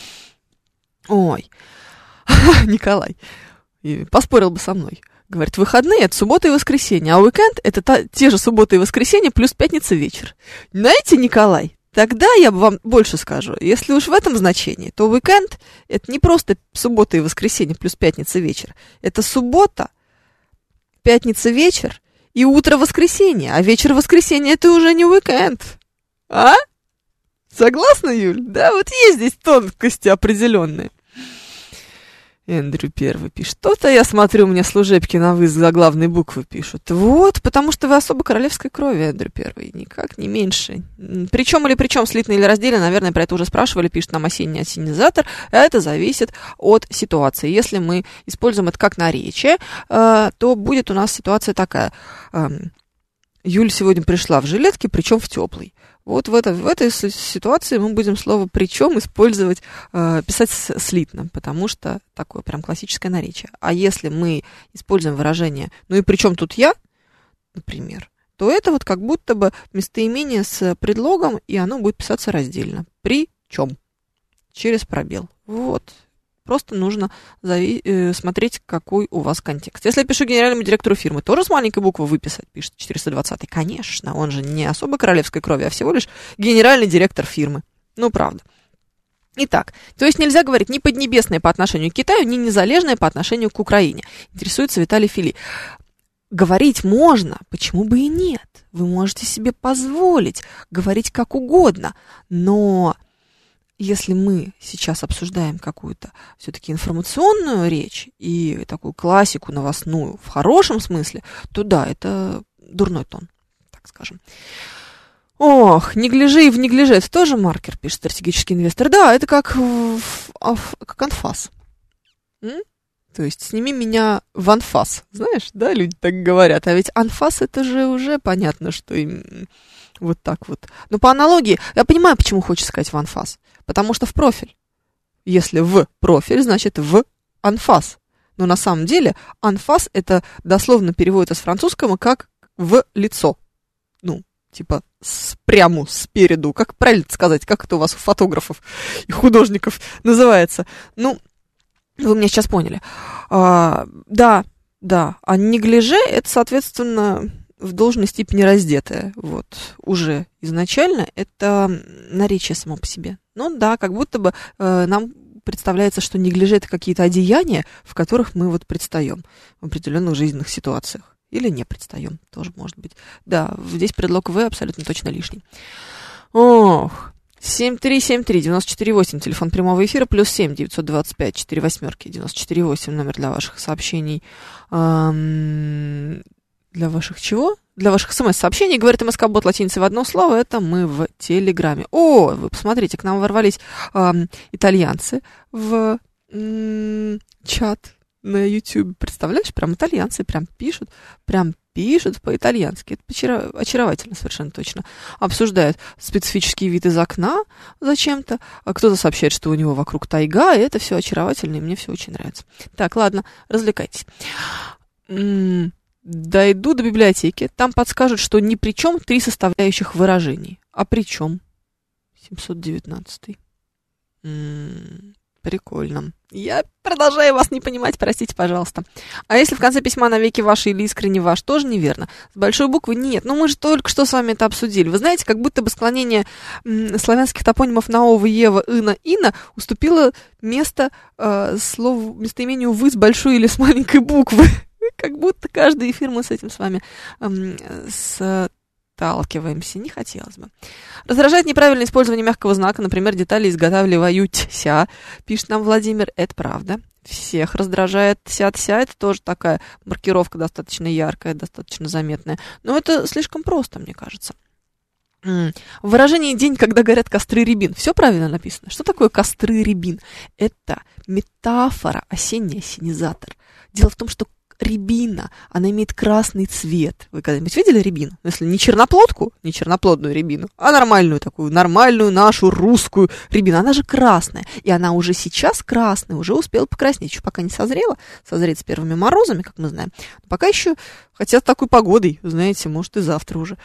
Ой, Николай поспорил бы со мной. Говорит, выходные – это суббота и воскресенье, а уикенд – это те же суббота и воскресенье плюс пятница вечер. Знаете, Николай, тогда я бы вам больше скажу. Если уж в этом значении, то уикенд – это не просто суббота и воскресенье плюс пятница вечер. Это суббота, пятница вечер и утро воскресенья. А вечер воскресенья – это уже не уикенд. А? Согласна, Юль? Да, вот есть здесь тонкости определенные. Эндрю Первый пишет. То-то я смотрю, мне служебки на вы заглавной буквы пишут. Вот, потому что вы особо королевской крови, Эндрю Первый. Никак не меньше. Причем или причем, слитно или раздельно, наверное, про это уже спрашивали, пишет нам осенний осенизатор. Это зависит от ситуации. Если мы используем это как наречие, то будет у нас ситуация такая. Юль сегодня пришла в жилетке, причем в теплой. Вот в этой ситуации мы будем слово «причем» использовать, писать слитно, потому что такое прям классическое наречие. А если мы используем выражение «ну и при чем тут я», например, то это вот как будто бы местоимение с предлогом, и оно будет писаться раздельно. Причем. Через пробел. Вот. Просто нужно смотреть, какой у вас контекст. Если я пишу генеральному директору фирмы, тоже с маленькой буквы выписать, пишет 420-й. Конечно, он же не особо королевской крови, а всего лишь генеральный директор фирмы. Ну, правда. Итак, то есть нельзя говорить ни поднебесное по отношению к Китаю, ни незалежное по отношению к Украине. Интересуется Виталий Фили. Говорить можно, почему бы и нет? Вы можете себе позволить говорить как угодно, но... Если мы сейчас обсуждаем какую-то все-таки информационную речь и такую классику новостную в хорошем смысле, то да, это дурной тон, так скажем. Ох, неглиже и в неглиже, это тоже маркер, пишет стратегический инвестор. Да, это как анфас. То есть сними меня в анфас. Знаешь, да, люди так говорят. А ведь анфас это же уже понятно, что им вот так вот. Но по аналогии, я понимаю, почему хочется сказать в анфас. Потому что в профиль. Если в профиль, значит в анфас. Но на самом деле анфас это дословно переводится с французского как в лицо. Ну, типа прямо спереду. Как правильно сказать, как это у вас у фотографов и художников называется? Ну, вы меня сейчас поняли. Да. А неглиже это, соответственно, в должной степени раздетое. Вот. Уже изначально это наречие само по себе. Ну да, как будто бы нам представляется, что неглиже это какие-то одеяния, в которых мы вот предстаем в определенных жизненных ситуациях. Или не предстаем, тоже может быть. Да, здесь предлог «в» абсолютно точно лишний. Ох, 7373948, телефон прямого эфира, +7 925 48 94 номер для ваших сообщений. Для ваших чего? Для ваших смс-сообщений, говорит МСК-бот латиницей в одно слово, это мы в Телеграме. О, вы посмотрите, к нам ворвались итальянцы в чат на YouTube. Представляешь, прям итальянцы прям пишут по-итальянски. Это очаровательно совершенно точно. Обсуждают специфический вид из окна зачем-то. А кто-то сообщает, что у него вокруг тайга, и это все очаровательно, и мне все очень нравится. Так, ладно, развлекайтесь. Дойду до библиотеки, там подскажут, что ни при чем 3 составляющих выражений. А при чем? 719. Прикольно. Я продолжаю вас не понимать, простите, пожалуйста. А если в конце письма навеки ваш или искренне ваш, тоже неверно. С большой буквы нет. Ну, мы же только что с вами это обсудили. Вы знаете, как будто бы склонение славянских топонимов на Ова, Ева, Ина, Ина уступило место местоимению вы с большой или с маленькой буквы. Как будто каждый эфир мы с этим с вами сталкиваемся, не хотелось бы. Раздражает неправильное использование мягкого знака, например, детали изготавливаются, пишет нам Владимир, это правда. Всех раздражает ся, это тоже такая маркировка достаточно яркая, достаточно заметная, но это слишком просто, мне кажется. В выражении «день, когда горят костры рябин». Все правильно написано. Что такое костры рябин? Это метафора, осенний осенизатор. Дело в том, что рябина, она имеет красный цвет. Вы когда-нибудь видели рябину? Если не черноплодку, не черноплодную рябину, а нормальную такую, нормальную нашу русскую рябину. Она же красная. И она уже сейчас красная, уже успела покраснеть. Еще пока не созрела. Созреет с первыми морозами, как мы знаем. Но пока еще, хотя с такой погодой, знаете, может и завтра уже.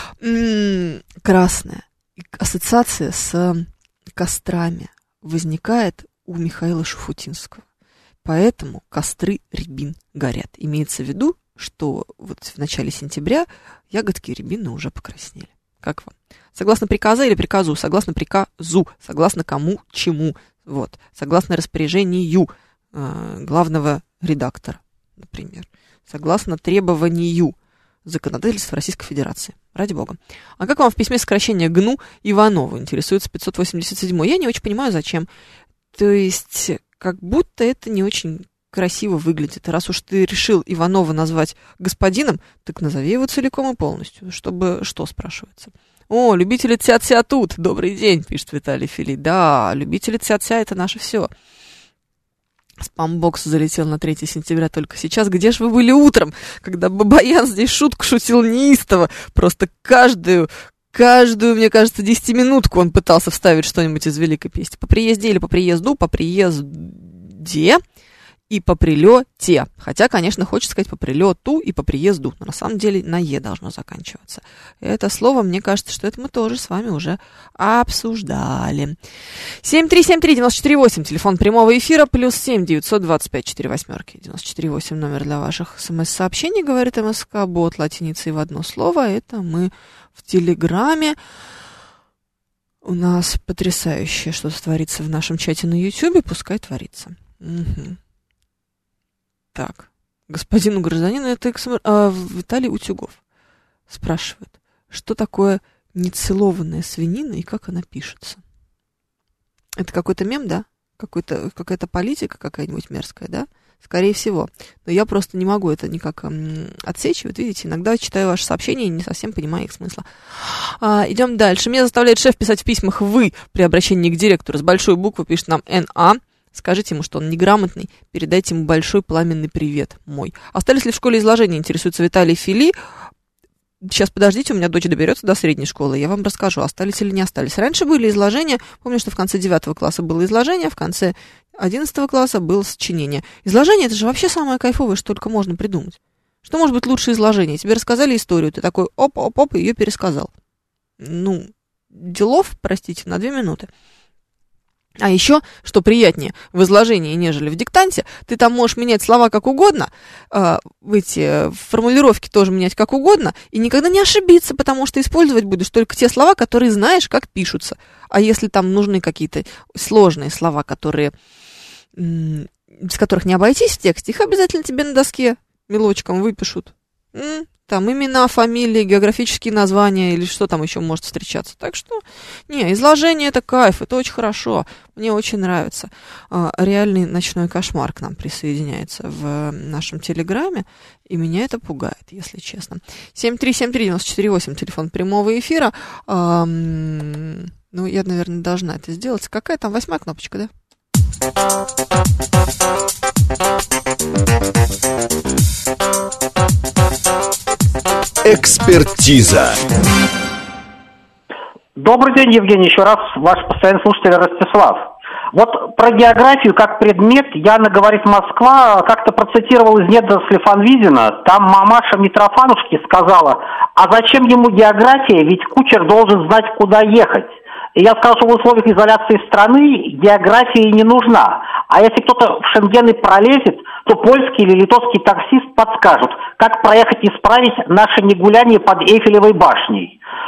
Красная. Ассоциация с кострами возникает у Михаила Шуфутинского. Поэтому костры рябин горят. Имеется в виду, что вот в начале сентября ягодки рябины уже покраснели. Как вам? Согласно приказа или приказу? Согласно приказу. Согласно кому, чему. Вот. Согласно распоряжению главного редактора, например. Согласно требованию законодательства Российской Федерации. Ради бога. А как вам в письме сокращение ГНУ Иванова? Интересуется 587. Я не очень понимаю, зачем. То есть... как будто это не очень красиво выглядит. Раз уж ты решил Иванова назвать господином, так назови его целиком и полностью, чтобы что, спрашивается. О, любители тся-тся тут. Добрый день, пишет Виталий Фили. Да, любители тся-тся это наше все. Спамбокс залетел на 3 сентября только сейчас. Где же вы были утром, когда Бабаян здесь шутку шутил неистово? Просто каждую, мне кажется, 10-минутку он пытался вставить что-нибудь из великой песни. По приезде или по приезду, по приезде и по прилете. Хотя, конечно, хочется сказать по прилету и по приезду. Но на самом деле на «е» должно заканчиваться. Это слово, мне кажется, что это мы тоже с вами уже обсуждали. 7373948, телефон прямого эфира, +7 925 48 948, номер для ваших смс-сообщений, говорит МСК-бот, латиницей в одно слово. Это мы в Телеграме. У нас потрясающее что-то творится в нашем чате на Ютьюбе, пускай творится. Угу. Так, господину гражданину, это Виталий Утюгов спрашивает, что такое нецелованная свинина и как она пишется. Это какой-то мем, да? Какая-то политика какая-нибудь мерзкая, да? Скорее всего. Но я просто не могу это никак отсечь. Вот видите, иногда читаю ваши сообщения и не совсем понимаю их смысла. Идем дальше. Меня заставляет шеф писать в письмах «вы» при обращении к директору. С большой буквы пишет нам «НА». Скажите ему, что он неграмотный. Передайте ему большой пламенный привет мой. Остались ли в школе изложения? Интересуется Виталий Фили. Сейчас подождите, у меня дочь доберется до средней школы, я вам расскажу, остались или не остались. Раньше были изложения, помню, что в конце 9 класса было изложение, в конце 11 класса было сочинение. Изложение — это же вообще самое кайфовое, что только можно придумать. Что может быть лучше изложения? Тебе рассказали историю, ты такой оп-оп-оп, и ее пересказал. Ну, делов, простите, на 2 минуты. А еще, что приятнее в изложении, нежели в диктанте, ты там можешь менять слова как угодно, эти формулировки тоже менять как угодно, и никогда не ошибиться, потому что использовать будешь только те слова, которые знаешь, как пишутся. А если там нужны какие-то сложные слова, без которых не обойтись в тексте, их обязательно тебе на доске мелочком выпишут. Там имена, фамилии, географические названия или что там еще может встречаться. Так что, изложение — это кайф, это очень хорошо. Мне очень нравится. Реальный ночной кошмар к нам присоединяется в нашем Телеграме, и меня это пугает, если честно. 7373948, телефон прямого эфира. Я, наверное, должна это сделать. Какая там 8-я кнопочка, да? Экспертиза. Добрый день, Евгений, еще раз ваш постоянный слушатель Ростислав. Вот про географию как предмет Яна говорит Москва как-то процитировал из недорослей Фанвизина. Там мамаша Митрофанушки сказала: а зачем ему география, ведь кучер должен знать, куда ехать. И я сказал, что в условиях изоляции страны география не нужна. А если кто-то в Шенген и пролезет, то польский или литовский таксист подскажут, как проехать и исправить наше негуляние под Эйфелевой башней.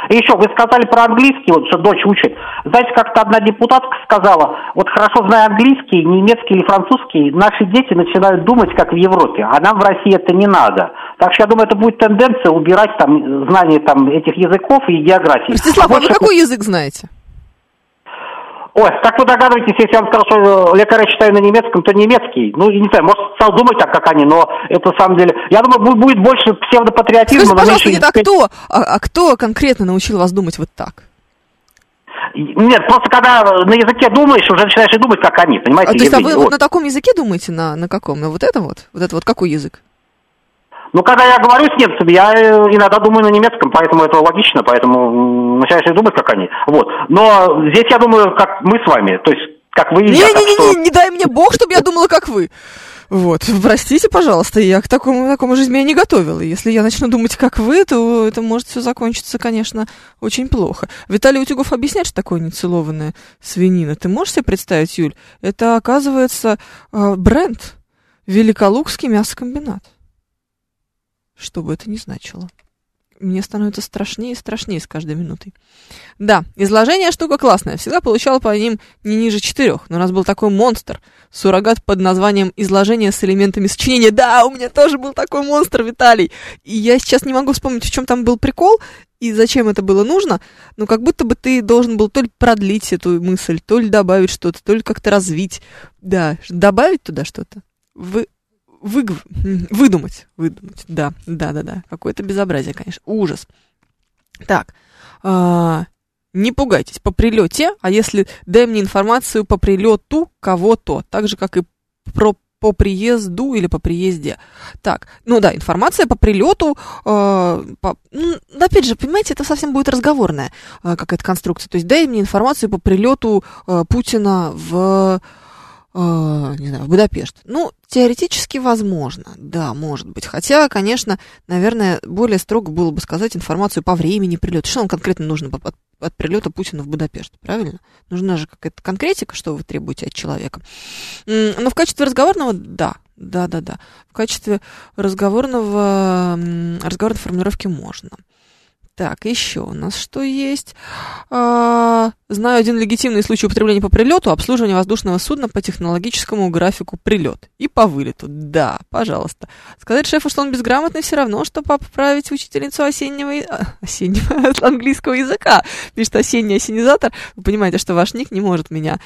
И еще, вы сказали про английский, вот что дочь учит. Знаете, как-то одна депутатка сказала, вот хорошо зная английский, немецкий или французский, наши дети начинают думать, как в Европе, а нам в России это не надо. Так что я думаю, это будет тенденция убирать там знание там этих языков и географии. Ростислав, а вы какой язык знаете? Ой, как вы догадываетесь, если я вам скажу, что лекаря читаю на немецком, то немецкий. Ну, не знаю, может, стал думать так, как они, но это, на самом деле... Я думаю, будет больше псевдопатриотизма. Скажите, пожалуйста, нет, кто конкретно научил вас думать вот так? Нет, просто когда на языке думаешь, уже начинаешь и думать, как они, понимаете? То есть, а вы вот на таком языке думаете, на каком? На вот это вот? Вот это вот какой язык? Ну, когда я говорю с немцами, я иногда думаю на немецком, поэтому это логично, поэтому начинаешь думать, как они. Вот. Но здесь я думаю, как мы с вами, то есть, как вы и я. Не дай мне Бог, чтобы я думала, как вы. Вот, простите, пожалуйста, я к такому жизни меня не готовила. Если я начну думать, как вы, то это может все закончиться, конечно, очень плохо. Виталий Утюгов объясняет, что такое нецелованная свинина. Ты можешь себе представить, Юль? Это, оказывается, бренд Великолукский мясокомбинат. Что бы это ни значило. Мне становится страшнее и страшнее с каждой минутой. Да, изложение штука классная. Всегда получала по ним не ниже 4. Но у нас был такой монстр, суррогат под названием «Изложение с элементами сочинения». Да, у меня тоже был такой монстр, Виталий. И я сейчас не могу вспомнить, в чем там был прикол и зачем это было нужно. Но как будто бы ты должен был то ли продлить эту мысль, то ли добавить что-то, то ли как-то развить. Да, добавить туда что-то. Выдумать, да. Какое-то безобразие, конечно, ужас. Так, не пугайтесь, по прилете, а если дай мне информацию по прилету кого-то, так же, как и по приезду или по приезде. Так, ну да, информация по прилету, опять же, понимаете, это совсем будет разговорная какая-то конструкция. То есть дай мне информацию по прилету Путина в Будапешт. Ну, теоретически возможно, да, может быть. Хотя, конечно, наверное, более строго было бы сказать информацию по времени прилета. Что нам конкретно нужно от прилета Путина в Будапешт, правильно? Нужна же какая-то конкретика, что вы требуете от человека. Но в качестве разговорного, да. В качестве разговорной формулировки можно. Так, еще у нас что есть? Знаю один легитимный случай употребления по прилету, обслуживание воздушного судна по технологическому графику прилет и по вылету. Да, пожалуйста. Сказать шефу, что он безграмотный, все равно, что поправить учительницу осеннего английского языка. Пишет осенний осенизатор. Вы понимаете, что ваш ник не может меня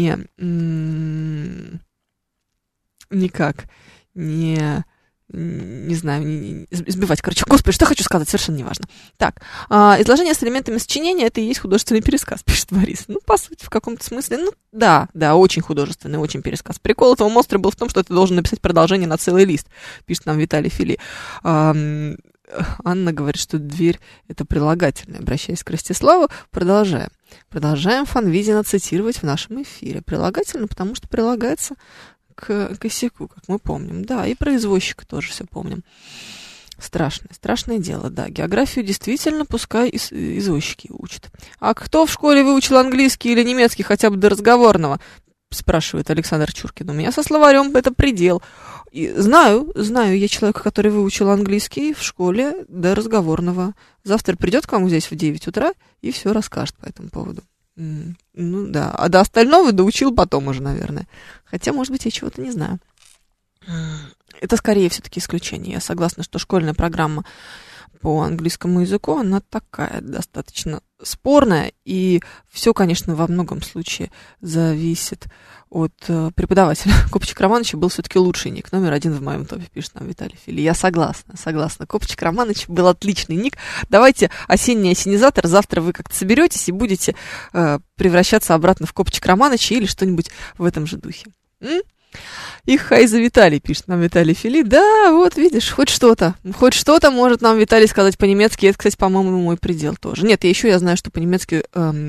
не знаю, сбивать. Короче, господи, что хочу сказать, совершенно неважно. Так, изложение с элементами сочинения, это и есть художественный пересказ, пишет Борис. Ну, по сути, в каком-то смысле, да, очень художественный, очень пересказ. Прикол этого монстра был в том, что ты должен написать продолжение на целый лист, пишет нам Виталий Фили. Анна говорит, что дверь — это прилагательное. Обращаясь к Ростиславу, продолжаем. Продолжаем Фанвизина цитировать в нашем эфире. Прилагательно, потому что прилагается к косяку, как мы помним. Да, и про извозчика тоже все помним. Страшное дело, да. Географию действительно пускай извозчики учат. А кто в школе выучил английский или немецкий хотя бы до разговорного? Спрашивает Александр Чуркин. У меня со словарем это предел. И знаю я человека, который выучил английский в школе до разговорного. Завтра придет к вам здесь в 9 утра и все расскажет по этому поводу. Ну да, а до остального доучил потом уже, наверное. Хотя, может быть, я чего-то не знаю. Это скорее все-таки исключение. Я согласна, что школьная программа по английскому языку, она такая достаточно спорная, и все, конечно, во многом случае зависит от преподавателя. Копчик Романович был все-таки лучший ник, номер 1 в моем топе, пишет нам Виталий Фили. Я согласна. Копчик Романович был отличный ник. Давайте осенний осенизатор, завтра вы как-то соберетесь и будете превращаться обратно в Копчик Романовича или что-нибудь в этом же духе. Их Хайза Виталий, пишет нам Виталий Фили. Да, вот видишь, хоть что-то может нам Виталий сказать по-немецки. Это, кстати, по-моему, мой предел тоже. Нет, я знаю, что по-немецки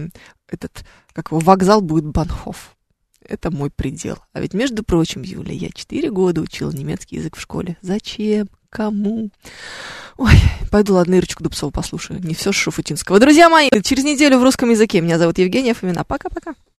вокзал будет Банхоф. Это мой предел. А ведь, между прочим, Юля, я 4 года учила немецкий язык в школе. Зачем? Кому? Ой, пойду, ладно, Ирочку Дубцову послушаю. Не все Шуфутинского. Друзья мои, через неделю в русском языке. Меня зовут Евгения Фомина. Пока-пока.